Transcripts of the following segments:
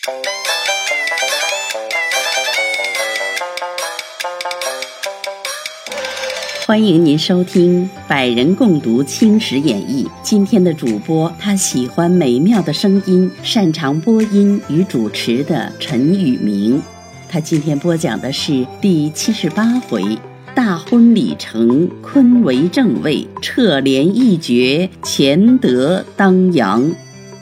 欢迎您收听百人共读青史演义。今天的主播他喜欢美妙的声音，擅长播音与主持的陈宇明。他今天播讲的是第78回，大婚礼成，坤为正位，撤帘一绝，乾德当阳。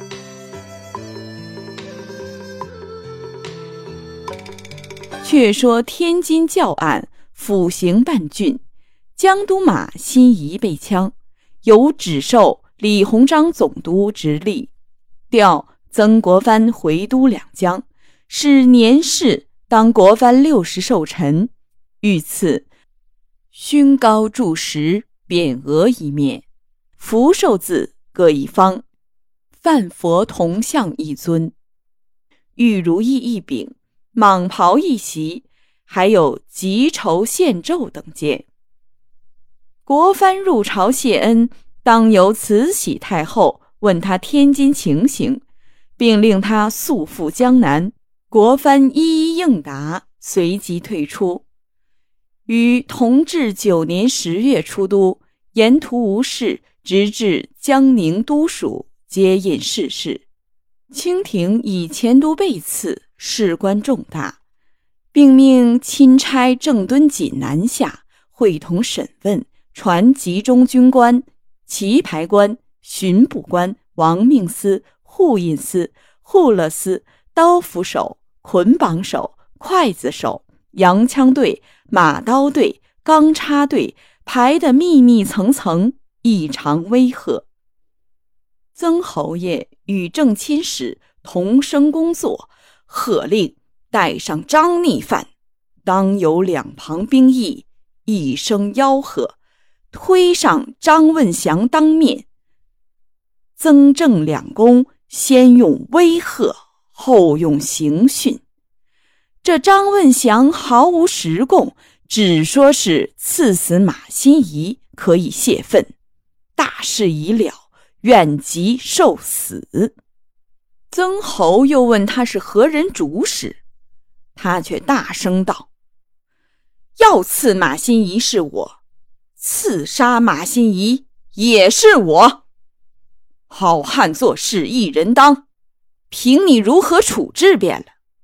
却说天津教案，府刑办郡，江都马新贻被枪，有旨授李鸿章总督直隶，调曾国藩回都两江，使年事当国藩60寿辰，御赐勋高柱石、匾额一面，福寿字各一方，梵佛铜像一尊，玉如意一柄，蟒袍一袭，还有吉绸献胄等件。国藩入朝谢恩，当由慈禧太后问他天津情形，并令他速赴江南。国藩一一应答，随即退出。于同治9年10月出都，沿途无事，直至江宁都署接印逝世。清廷以前都被刺，事关重大，并命钦差郑敦锦南下，会同审问，传集中军官、旗牌官、巡捕官、亡命司、户印司、户勒司、刀斧手、捆绑手、刽子手、洋枪队、马刀队、钢叉队排得密密层层，异常威吓。曾侯爷与正亲使同声工作，喝令带上张逆犯，当有两旁兵役，一声吆喝，推上张问祥当面。曾郑两公先用威吓，后用刑讯。这张问祥毫无实供，只说是赐死马新贻，可以泄愤，大事已了，愿即受死。曾侯又问他是何人主使，他却大声道：要刺马新贻是我，刺杀马新贻也是我。好汉做事一人当，凭你如何处置便了。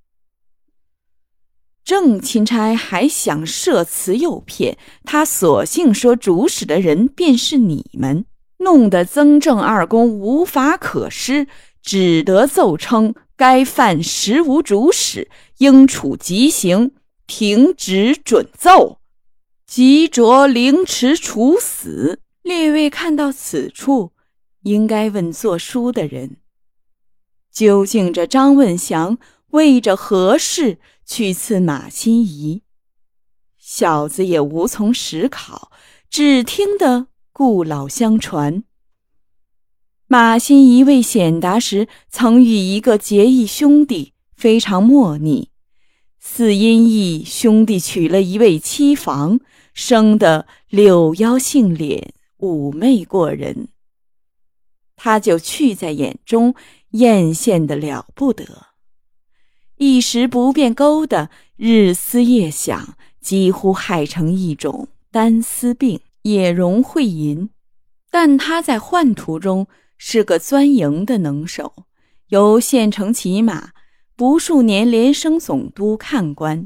郑钦差还想设词诱骗，他索性说主使的人便是你们，弄得曾郑二公无法可施，只得奏称该犯实无主使，应处极刑，停职准奏，即着凌迟处死。列位看到此处，应该问作书的人，究竟这张问祥为着何事去刺马新贻？小子也无从实考，只听得故老相传，马新贻未显达时，曾与一个结义兄弟非常莫逆，似因义兄弟娶了一位妻房，生得柳腰杏脸，妩媚过人，他就去在眼中，艳羡得了不得，一时不便勾的，日思夜想，几乎害成一种单思病，也容会淫。但他在宦途中是个钻营的能手，由县城骑马，不数年连升总督看官。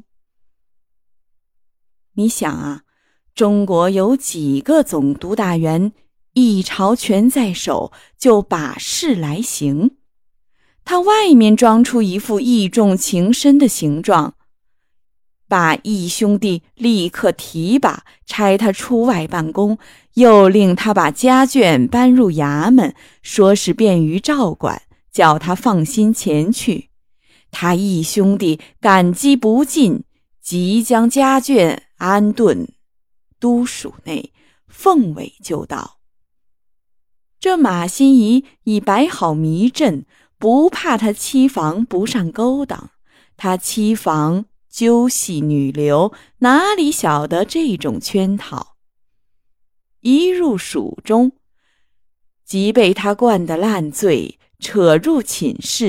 你想啊，中国有几个总督大员一朝权在手，就把事来行？他外面装出一副义重情深的形状，把义兄弟立刻提拔，差他出外办公，又令他把家眷搬入衙门，说是便于照管，叫他放心前去。他义兄弟感激不尽，即将家眷安顿都署内，奉委就到。这马新贻已摆好迷阵，不怕他妻房不上勾当，他妻房究系女流，哪里晓得这种圈套？一入署中，即被他灌得烂醉，扯入寝室，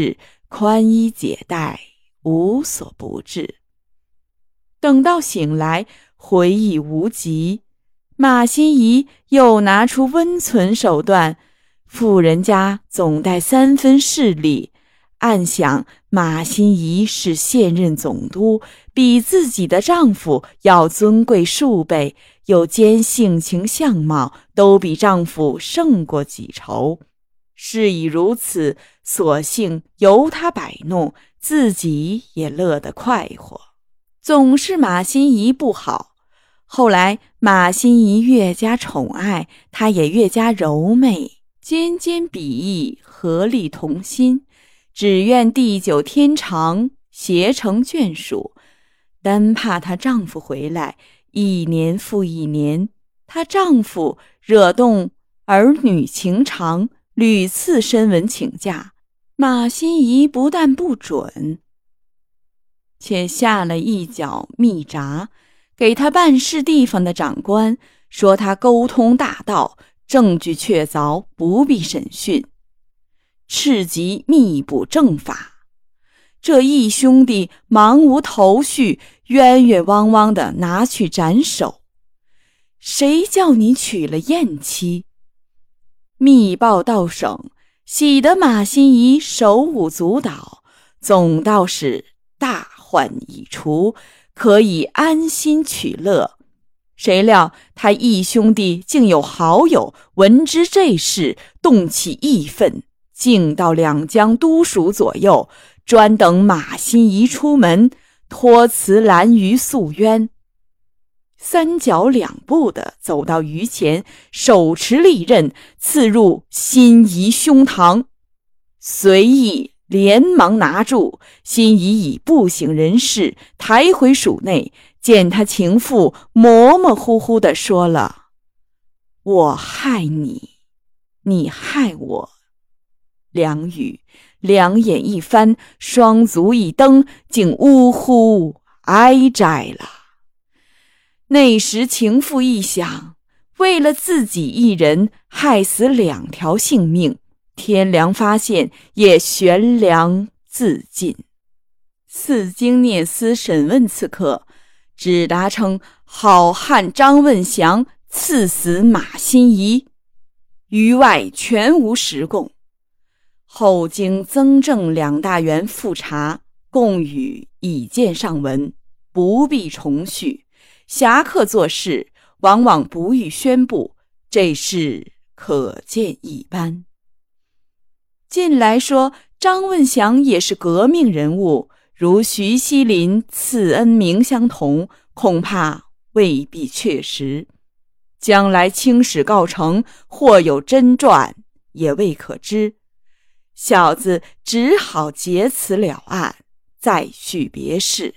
宽衣解带，无所不至。等到醒来，回忆无极，马心怡又拿出温存手段，妇人家总带3分势力，暗想马心怡是现任总督，比自己的丈夫要尊贵数倍，又兼性情相貌都比丈夫胜过几筹。事已如此，索性由他摆弄，自己也乐得快活。总是马心怡不好，后来马心怡越加宠爱，他也越加柔媚，肩肩比翼，合力同心，只愿地久天长，携成眷属。单怕她丈夫回来，1年复1年，她丈夫惹动儿女情长，屡次申文请假，马心怡不但不准，且下了一脚密札，给他办事地方的长官，说他沟通大道，证据确凿，不必审讯，斥即密补正法。这义兄弟忙无头绪，冤冤枉枉地拿去斩首。谁叫你娶了艳妻？密报到省，喜得马心怡手舞足蹈，总道是大患已除，可以安心取乐。谁料他义兄弟竟有好友闻知这事，动起义愤，竟到两江都署左右，专等马心怡出门，托辞兰鱼诉冤。3脚2步地走到鱼前，手持利刃，刺入心怡胸膛，随意连忙拿住。心怡已不省人事，抬回署内，见他情妇模模糊糊地说了：“我害你，你害我。”两语，两眼一翻，双足一蹬，竟呜呼哀哉了。那时情妇一想，为了自己一人害死2条性命，天良发现也悬梁自尽。4经聂司审问刺客，只答称好汉张问祥刺死马心怡，余外全无实供。后经曾正2大员复查，共语已见上文，不必重叙。侠客做事往往不予宣布，这事可见一斑。近来说张问祥也是革命人物，如徐锡麟、赐恩名相同，恐怕未必确实。将来清史告成，或有真传，也未可知。小子只好结此了案，再续别事。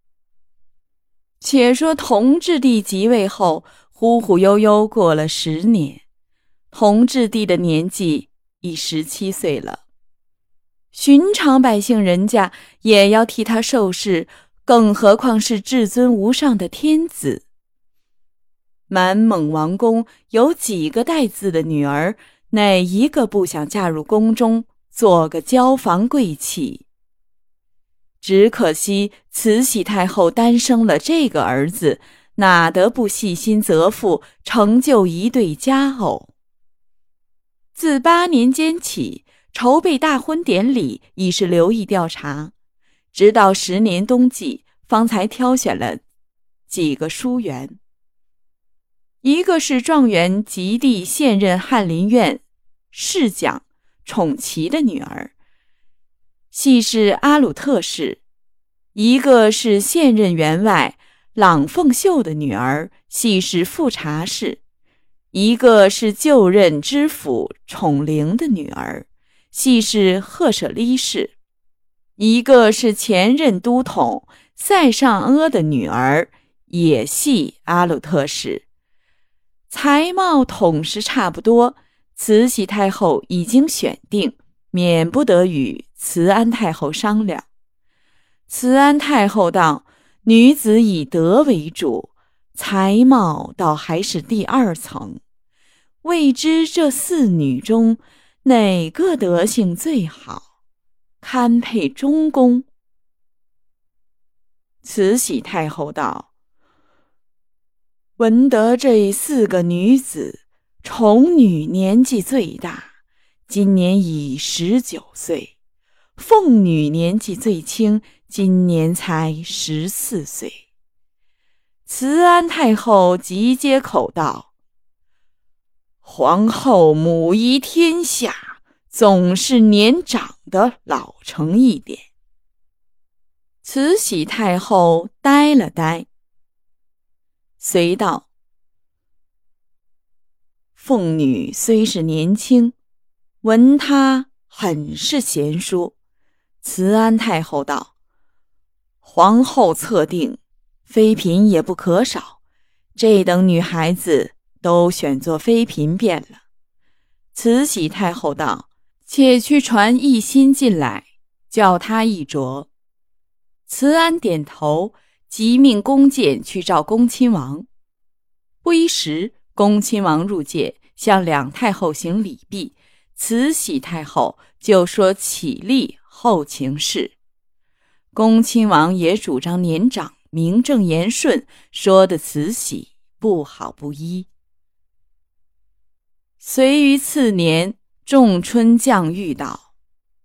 且说同治帝即位后，忽忽悠悠过了10年，同治帝的年纪已17岁了。寻常百姓人家也要替他受事，更何况是至尊无上的天子。满蒙王宫有几个带字的女儿，哪一个不想嫁入宫中，做个娇房贵妻？只可惜慈禧太后单生了这个儿子，哪得不细心择妇，成就一对佳偶。自8年间起，筹备大婚典礼已是留意调查，直到10年冬季，方才挑选了几个淑媛。一个是状元及第现任翰林院侍讲宠琪的女儿，系是阿鲁特氏；一个是现任员外朗凤秀的女儿，系是富察氏；一个是就任知府宠玲的女儿，系是赫舍利氏；一个是前任都统塞尚阿的女儿，也系阿鲁特氏。才貌统是差不多，慈禧太后已经选定，免不得与慈安太后商量。慈安太后道：女子以德为主，才貌倒还是第2层，未知这4女中哪个德性最好， 堪配中宫。慈禧太后道：闻得这4个女子，宠女年纪最大，今年已19岁，凤女年纪最轻，今年才14岁。慈安太后即接口道：皇后母仪天下，总是年长的老成一点。慈禧太后呆了呆，遂道：凤女虽是年轻，闻她很是贤淑。慈安太后道：皇后测定，妃嫔也不可少，这等女孩子都选做妃嫔便了。慈禧太后道：且去传奕欣进来，叫她一酌。慈安点头，即命宫监去召恭亲王。不一时，恭亲王入见，向2太后行礼毕，慈禧太后就说起立后情事。恭亲王也主张年长，名正言顺，说的慈禧不好不依。遂于次年仲春降谕道：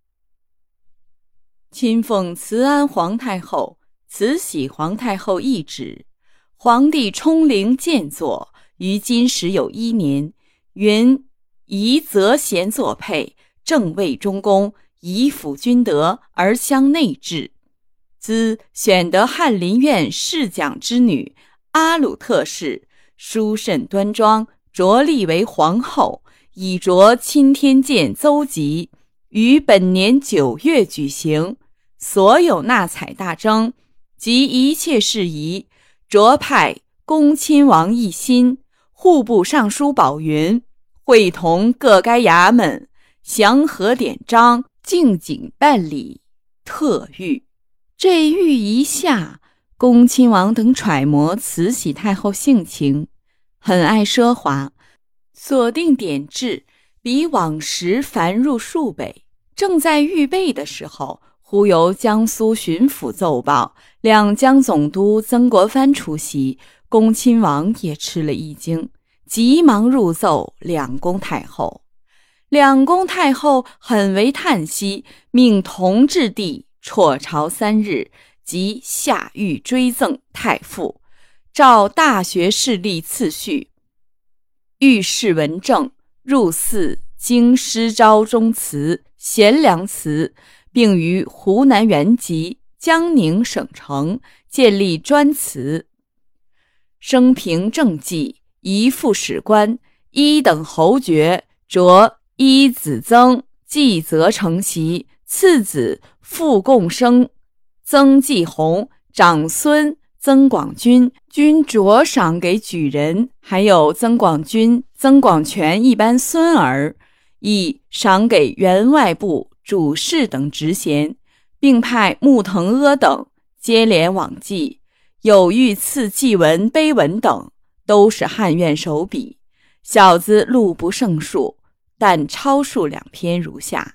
亲奉慈安皇太后、慈禧皇太后懿旨，皇帝冲灵建作于今时有1年，云宜择贤作配，正位中宫，以辅君德而相内治。兹选得翰林院侍讲之女阿鲁特氏，淑慎端庄，着立为皇后，以着钦天监邹籍，于本年9月举行。所有纳采大征及一切事宜，着派恭亲王奕欣、户部尚书宝云会同各该衙门详核典章，敬谨办理。特谕。这谕一下，恭亲王等揣摩慈禧太后性情，很爱奢华，所定典制比往时繁入数倍。正在预备的时候，忽由江苏巡抚奏报，两江总督曾国藩出席，恭亲王也吃了一惊，急忙入奏两宫太后。两宫太后很为叹息，命同治帝辍朝3日，即下谕追赠太傅，照大学士例次序，御史文正入寺经师昭宗祠、贤良祠，并于湖南原籍、江宁省城建立专祠。生平政绩，一副史官，1等侯爵，着1子曾继则承袭，次子傅贡生、曾纪弘，长孙曾广钧均着赏给举人，还有曾广钧、曾广权一般孙儿，亦赏给员外部主事等职衔，并派穆腾阿等接连往记，有御赐祭文、碑文等，都是汉院手笔，小子录不胜数，但抄述2篇如下。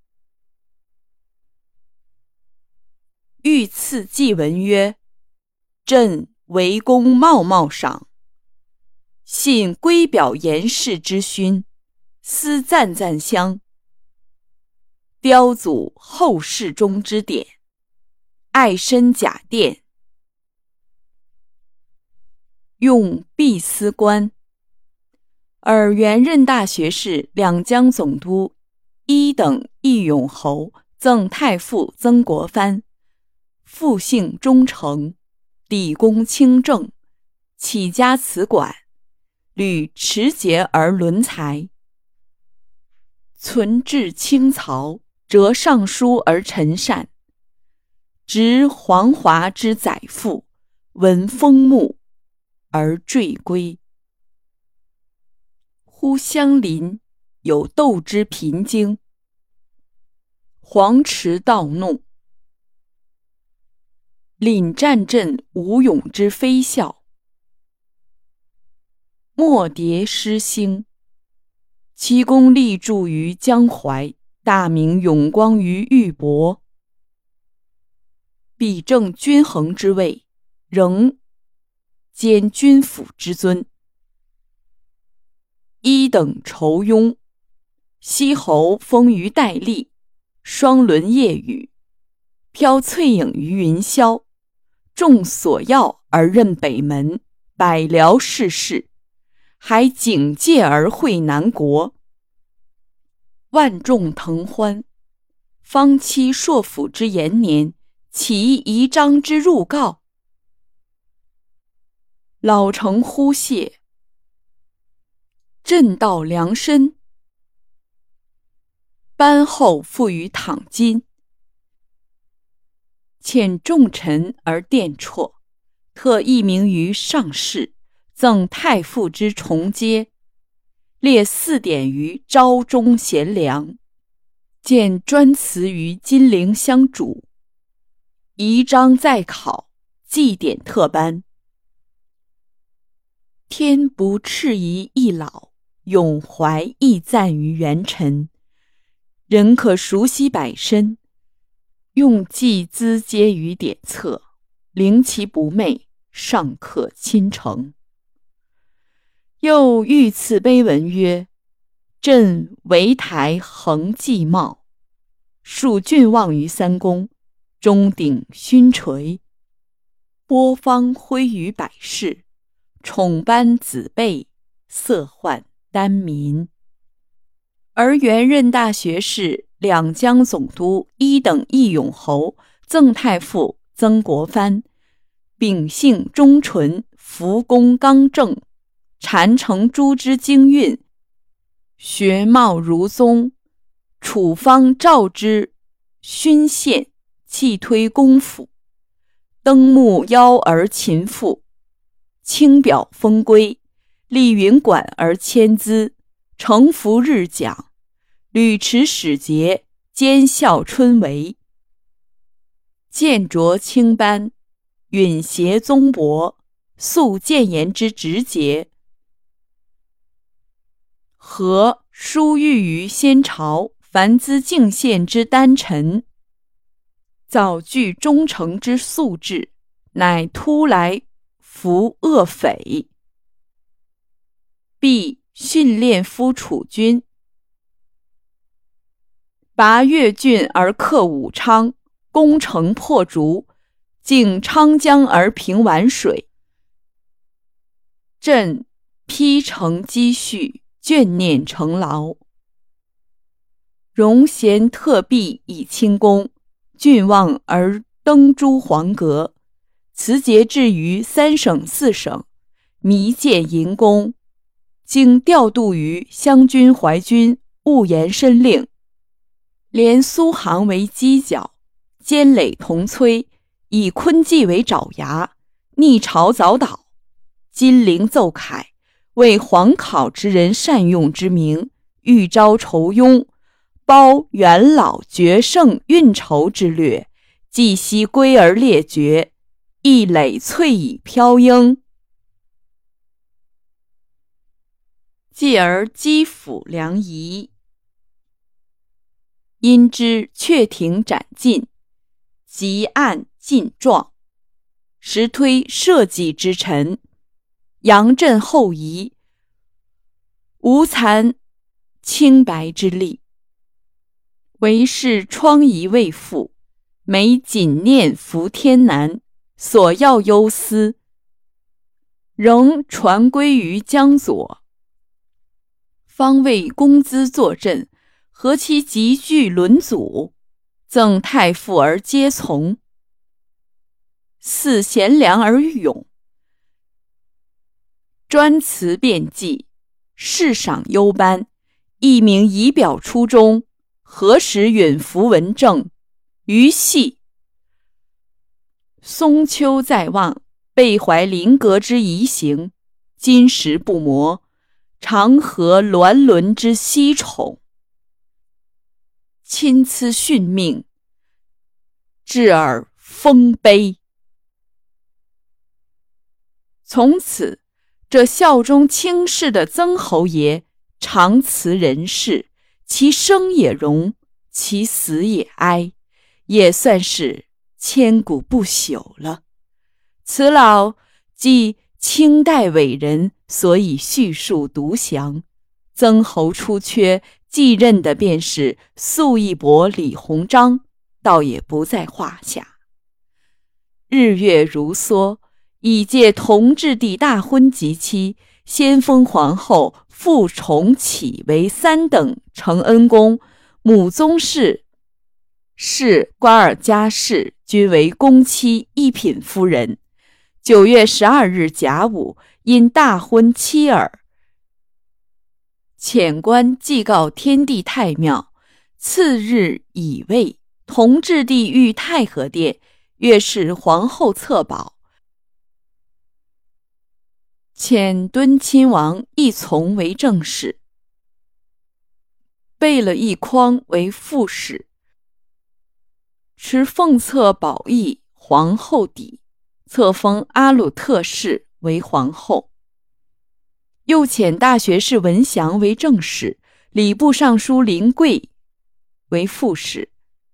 御赐祭文曰：朕为公茂茂赏，信归表严氏之勋，思赞赞乡，雕祖后世中之典，爱申甲殿，用毕司官，尔原任大学士、两江总督1等义勇侯，赠太傅曾国藩，复姓忠诚，底功清正，起家祠馆，履持节而伦才，存志清曹，折尚书而陈善，执黄华之载赋，闻风目而坠归。忽相邻有斗之频经，黄池盗怒，领战阵吴勇之飞笑，耄耋失星，其功立著于江淮， 大明永光于玉帛，比正均衡之位，仍兼君辅之尊。一等酬庸，西侯封于戴笠，双轮夜雨，飘翠影于云霄，中所要而任北门，百僚世事，还警戒而会南国。万众腾欢，方期朔府之延年，其仪章之入告。老成忽谢，朕道良深。班后复于躺金，遣重臣而殿辍，特议名于上士，赠太傅之重阶，列4典于昭忠贤良，见专词于金陵相主，仪章在考，祭典特颁。天不斥遗一老，永怀义赞于元臣，人可熟悉百身，用计资皆于典册，灵其不昧，尚可亲承。又御赐碑文曰：朕围台横髻帽，数郡望于3公，钟鼎勋垂，波方辉于百世，宠班子辈，色宦丹民。而原任大学士、两江总督一等义勇侯赠太傅曾国藩，秉性忠纯，服公刚正，禅承诸之经运，学貌如宗，处方照之，勋献，气推公府，登慕邀而勤赋，轻表封规，立云馆而迁资，承服日讲，履持使节，兼效春闱，见着清班，允协宗伯，肃谏言之直节，和殊遇于先朝，凡资敬献之丹臣，早具忠诚之素质，乃突来服恶匪，必训练夫楚军，拔越郡而克武昌，攻城破竹，经昌江而平宛水。朕披承积蓄，眷念成劳，荣贤特币以清功，郡望而登诸黄阁，辞节至于3省4省，弥见银功，经调度于湘军淮军，务延申令，连苏杭为犄角，坚垒同摧，以昆骑为爪牙，逆朝早倒，金陵奏凯，为皇考之人善用之名，欲招酬庸，褒元老决胜运筹之略，既悉归而列绝，一垒翠以飘缨。继而击抚良夷，因之阙庭斩尽，极案尽状，实推社稷之臣，扬振后夷，无残清白之力。唯是疮痍未复，每谨念服天难，所要忧思，仍传归于江左。方为公资坐镇，何其急具轮祖，赠太傅而皆从，祀贤良而勇，专辞辩记，世赏优班，一名仪表初中，何时允服文正，于系松丘在望，备怀临阁之仪行，金石不磨，长河鸾轮之惜宠，亲赐训命，至尔丰碑。从此，这效忠卿士的曾侯爷，常辞人世，其声也荣， 其死也哀，也算是千古不朽了。此老即清代伟人，所以叙述独详。曾侯出缺继任的便是素一伯李鸿章，倒也不在话下。日月如梭，已届同治帝大婚及期，先封皇后傅重启为3等承恩宫母宗室，是瓜尔佳氏，均为公妻一品夫人。9月12日甲午，因大婚妻儿，遣官祭告天地太庙。次日乙未，同治帝御太和殿，越是皇后册宝，遣敦亲王奕从为正室，贝勒奕匡为副使，持奉册宝义皇后邸，册封阿鲁特氏为皇后。又遣大学士文祥为正使，礼部尚书林贵为副使，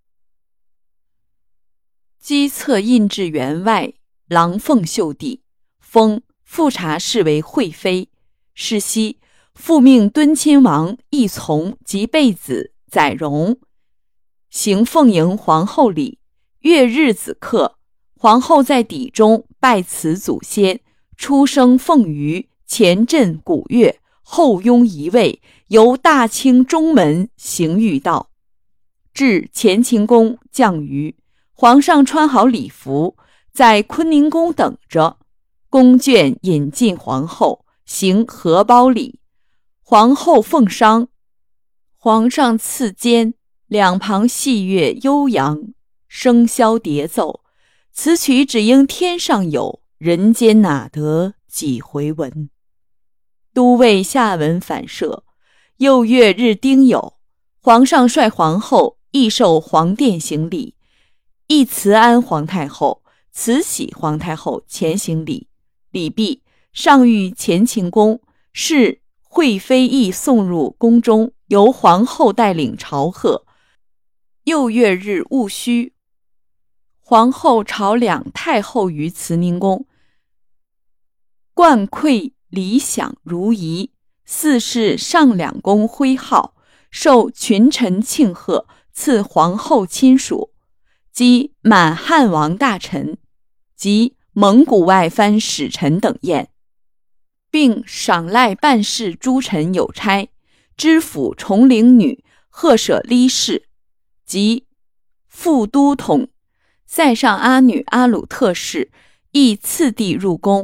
机册印制员外郎凤秀帝，封富察氏为惠妃。是夕，复命敦亲王奕从及贝子载荣行奉迎皇后礼。月日子刻，皇后在邸中拜辞祖先，出生凤鱼，前镇古乐，后拥仪位，由大清中门行御道，至乾清宫降于。皇上穿好礼服，在坤宁宫等着。宫眷引进皇后，行荷包礼。皇后奉觞，皇上赐笺，两旁戏乐悠扬，笙箫叠奏。此曲只应天上有，人间哪得几回闻。都尉下文反射。又月日丁酉，皇上率皇后亦受皇殿行礼，亦慈安皇太后、慈禧皇太后前行礼。礼毕，上谕乾清宫，是惠妃亦送入宫中，由皇后带领朝贺。又月日戊戌，皇后朝两太后于慈宁宫，冠馈礼享如仪。四是上两宫徽号，受群臣庆贺，赐皇后亲属，及满汉王大臣及蒙古外藩使臣等宴，并赏赖办事诸臣有差，知府崇陵女贺舍利氏及副都统塞上阿女阿鲁特氏亦次第入宫。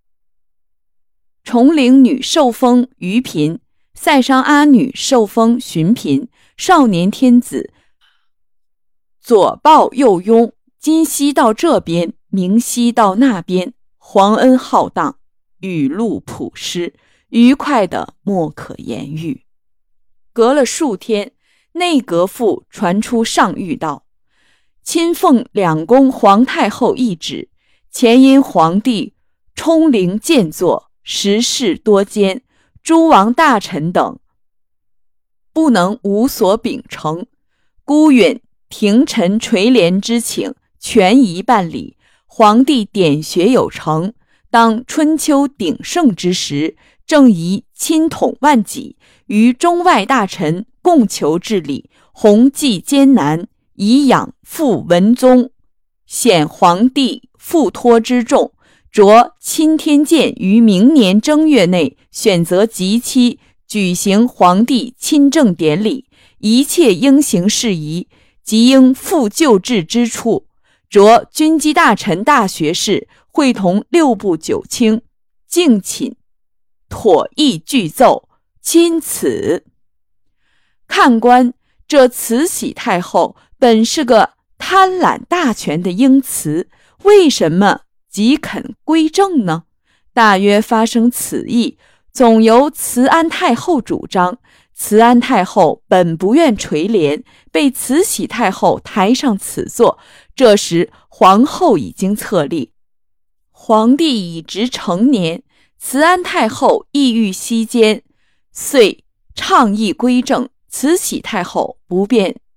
崇陵女受封余嫔，塞上阿女受封巡嫔，少年天子。左抱右拥，今夕到这边，明夕到那边，皇恩浩荡，雨露普施，愉快的莫可言喻。隔了数天，内阁府传出上谕道：亲奉两宫皇太后懿旨，前因皇帝冲陵建作，时事多艰，诸王大臣等不能无所秉承，孤允廷臣垂怜之请，权宜办理。皇帝典学有成，当春秋鼎盛之时，正宜亲统万己，与中外大臣共求治理，弘济艰难，以养复文宗，显皇帝付托之重。着钦天监于明年正月内选择吉期，举行皇帝亲政典礼，一切应行事宜，即应复旧制之处。着军机大臣大学士会同6部9卿，敬寝妥议具奏，钦此。看官，这慈禧太后本是个贪揽大权的英雌，为什么即肯归正呢？大约发生此意，总由慈安太后主张。慈安太后本不愿垂帘，被慈禧太后抬上此座。这时皇后已经册立，皇帝已值成年，慈安太后意欲息间，遂倡议归正。慈禧太后不便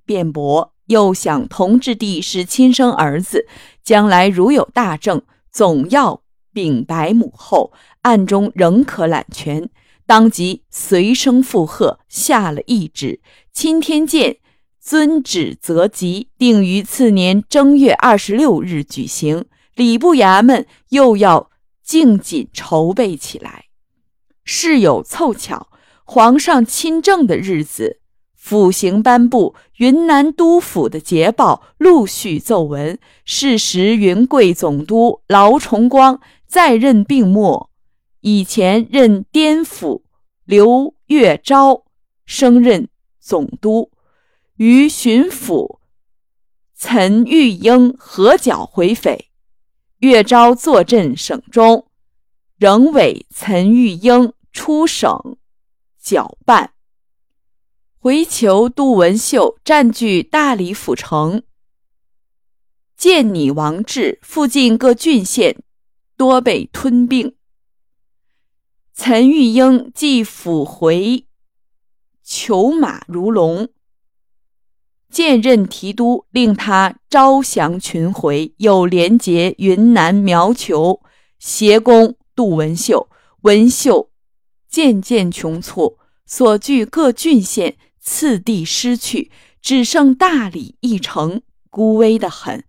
辩驳，又想同治帝是亲生儿子，将来如有大政，总要禀白母后，暗中仍可揽权。当即随声附和，下了懿旨，钦天监遵旨择吉，定于次年正月26日举行。礼部衙门又要敬谨筹备起来。事有凑巧，皇上亲政的日子，府刑颁布云南督府的捷报陆续奏闻，是时云贵总督劳崇光在任病没，以前任滇府刘月昭升任总督，于巡抚岑玉英合剿回匪，月昭坐镇省中，仍委岑玉英出省搅拌。回求杜文秀占据大理府城、建拟王治附近各郡县，多被吞并。岑玉英即返回求马如龙，荐任提督，令他招降群回，又连结云南苗球，协攻杜文秀。文秀渐渐穷挫，所据各郡县次第失去，只剩大理一城，孤危得很。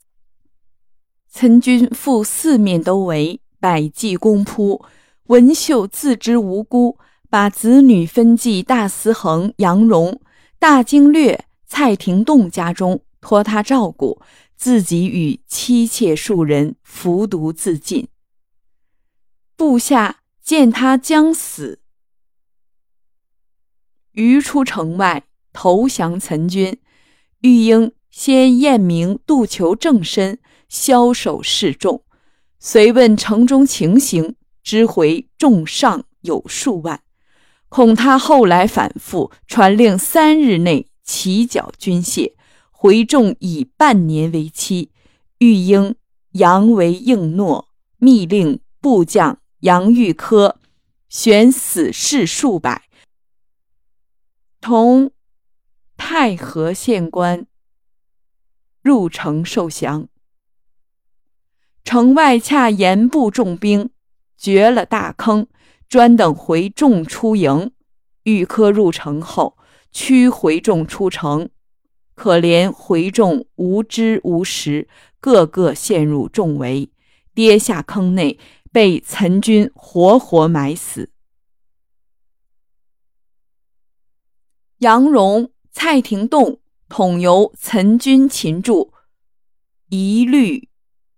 岑军赴四面都围，百计攻扑。文秀自知无辜，把子女分寄大司衡杨荣、大经略蔡廷栋家中，托他照顾，自己与妻妾数人服毒自尽。部下见他将死，于出城外投降岑军。玉英先验明杜求正身，枭首示众，遂问城中情形，知回众上有数万，恐他后来反复，传令3日内齐剿军械，回众以半年为期。玉英扬为应诺，密令部将杨玉科选死士数百，同太和县官入城受降。城外恰严布重兵，掘了大坑，专等回众出营。玉科入城后，驱回众出城，可怜回众无知无识，个个陷入重围，跌下坑内，被岑军活活埋死。杨荣、蔡廷栋统由岑军擒住，一律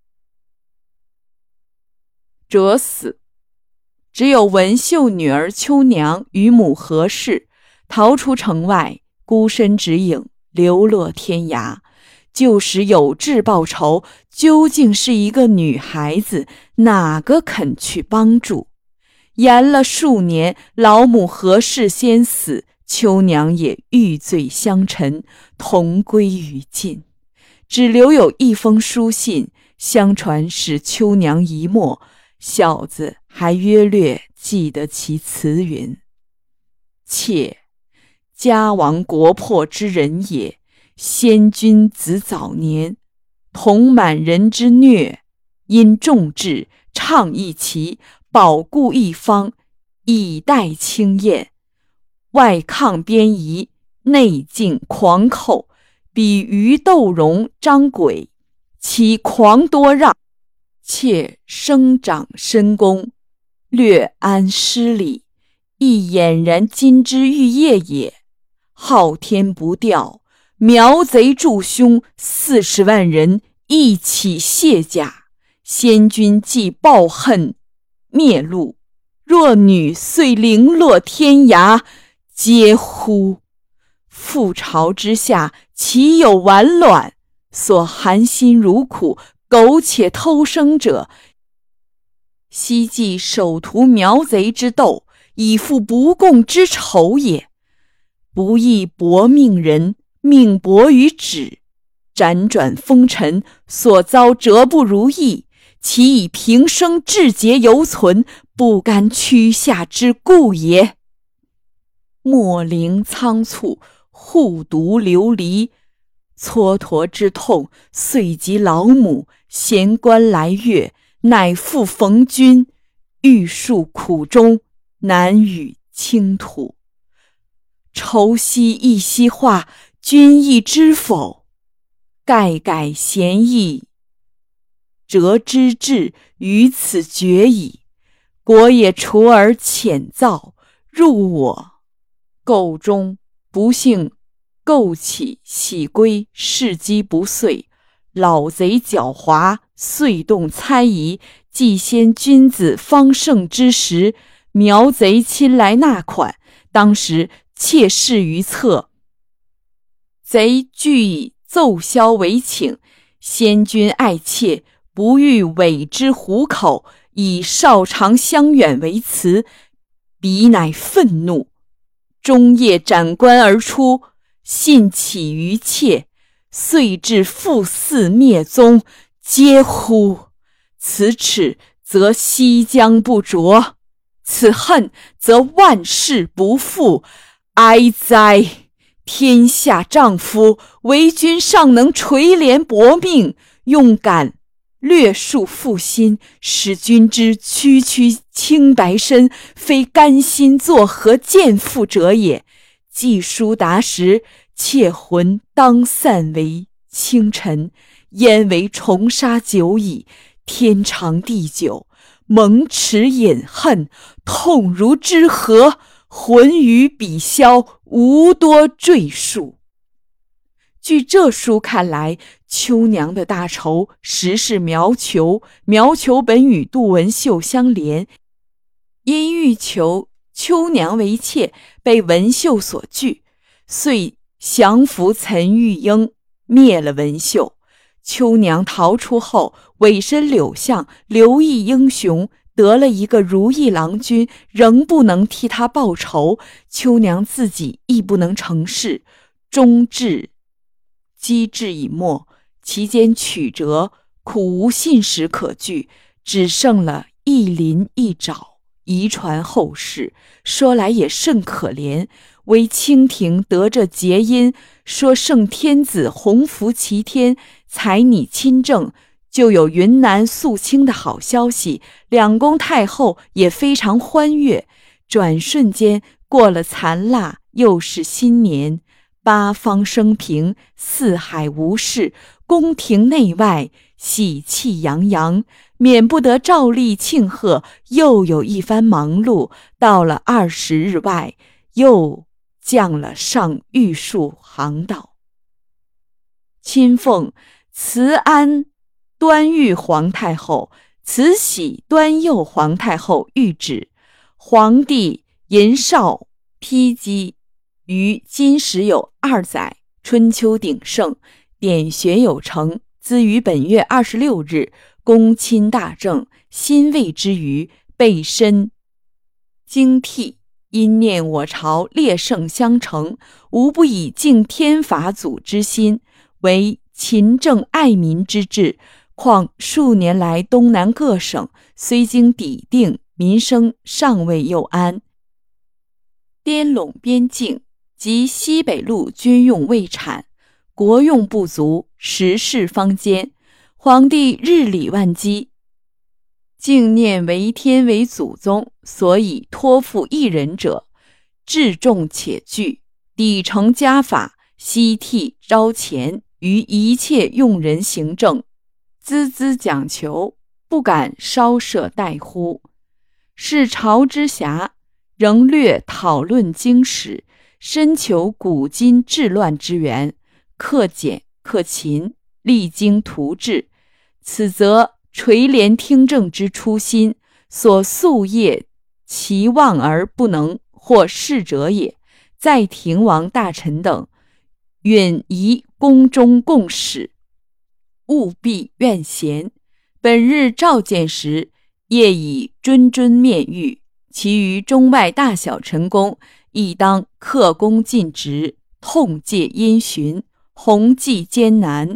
折死。只有文秀女儿秋娘与母何氏逃出城外，孤身指影，流落天涯。就使有志报仇，究竟是一个女孩子，哪个肯去帮助？延了数年，老母何氏先死，秋娘也欲罪相陈，同归于尽。只留有一封书信，相传是秋娘遗墨，小子还约略记得其词云：妾家亡国破之人也，先君子早年，同满人之虐，因重治，倡一齐，保固一方，以待清晏。外抗边夷，内靖狂寇，比于窦融、张轨，其狂多让，妾生长深宫，略安失礼，亦俨然今之欲业也。昊天不掉，苗贼助凶，40万人一起卸甲，先君既报恨灭戮，若女遂零落天涯，嗟乎！覆巢之下，岂有完卵？所含辛茹苦，苟且偷生者，希冀手屠苗贼之斗，以复不共之仇也。不义薄命人，命薄于纸，辗转风尘，所遭折不如意，其以平生志节犹存，不甘屈下之故也。莫陵仓促， 护犊流离，蹉跎之痛，遂及老母。闲官来月，乃复逢君。欲述苦衷，难与倾吐。愁兮一夕话，君亦知否？盖盖闲意，折之志于此绝矣。国也除而浅造，入我构中，不幸构起，喜归，事机不遂。老贼狡猾，遂动猜疑。既先君子方胜之时，苗贼亲来纳款，当时妾事于侧。贼俱以奏销为请，先君爱妾，不欲委之虎口，以少长相远为辞。彼乃愤怒，终夜斩关而出，信起于妾，遂至父嗣灭宗。嗟乎！此耻则西江不着，此恨则万世不复。哀哉！天下丈夫，唯君尚能垂帘薄命，用敢略述负心，使君知区区清白身，非甘心作何贱妇者也。既书达时，妾魂当散为清尘，焉为重杀久矣。天长地久，蒙耻饮恨，痛如之何？魂于彼消，无多赘述。据这书看来，秋娘的大仇实是苗求。苗求本与杜文秀相连，因欲求秋娘为妾，被文秀所拒，遂降服岑玉英，灭了文秀。秋娘逃出后，委身柳巷，刘义英雄，得了一个如意郎君，仍不能替他报仇。秋娘自己亦不能成事，终至机智已没，其间曲折，苦无信史可据，只剩了一鳞一爪，遗传后世。说来也甚可怜，为清廷得这节音，说圣天子洪福齐天，才拟亲政，就有云南肃清的好消息，两宫太后也非常欢悦。转瞬间过了残腊，又是新年，八方升平，四海无事，宫廷内外喜气洋洋，免不得照例庆贺，又有一番忙碌。到了20日外，又降了上御书航道，亲奉慈安端玉皇太后、慈禧端佑皇太后谕旨，皇帝银少披基于今时有2载，春秋鼎盛，典学有成，兹于本月26日，公亲大政，欣慰之余，备身惊涕，因念我朝列圣相承，无不以敬天法祖之心，为勤政爱民之志。况数年来东南各省虽经抵定，民生尚未又安，滇陇边境及西北路军用未产，国用不足，时事方艰。皇帝日理万机，敬念为天为祖宗，所以托付一人者，至重且惧，底承家法，悉替招前，于一切用人行政，孜孜讲求，不敢稍涉怠忽。是朝之暇，仍略讨论经史，深求古今治乱之源，克俭克勤，励精图治。此则垂帘听政之初心，所夙夜期望而不能或事者也。在廷王大臣等，允宜宫中共使，务必愿贤。本日召见时，业以谆面谕，其余中外大小臣工，亦当克恭尽职，痛戒因循，弘济艰难，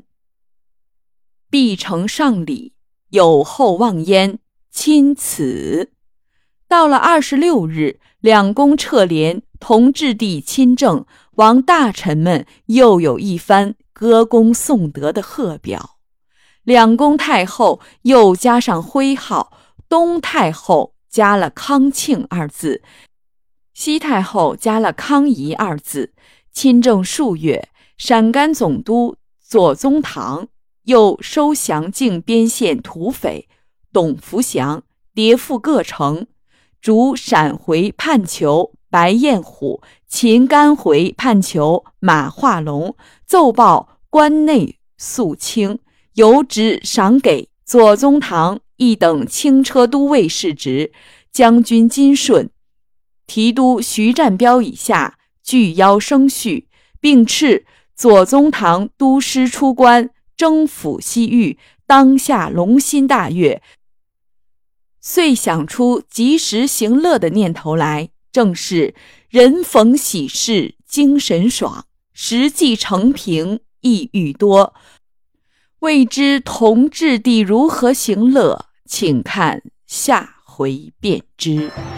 必承上礼，有后望焉。钦此。 到了26日，两宫撤帘，同治帝亲政，王大臣们又有一番歌功颂德的贺表。两宫太后又加上徽号，东太后加了康庆二字，西太后加了康仪二字。亲政数月，陕甘总督左宗棠又收降靖边县土匪董福祥，迭赴各城，逐陕回叛囚白彦虎，秦甘回叛囚马化龙，奏报关内肃清，有旨赏给左宗棠一等轻车都尉世职，将军金顺、提督徐占彪以下俱邀升叙，并敕左宗棠督师出关，征抚西域，当下龙心大悦，遂想出及时行乐的念头来，正是人逢喜事精神爽，时既成平意欲多。未知同治帝如何行乐，请看下回便知。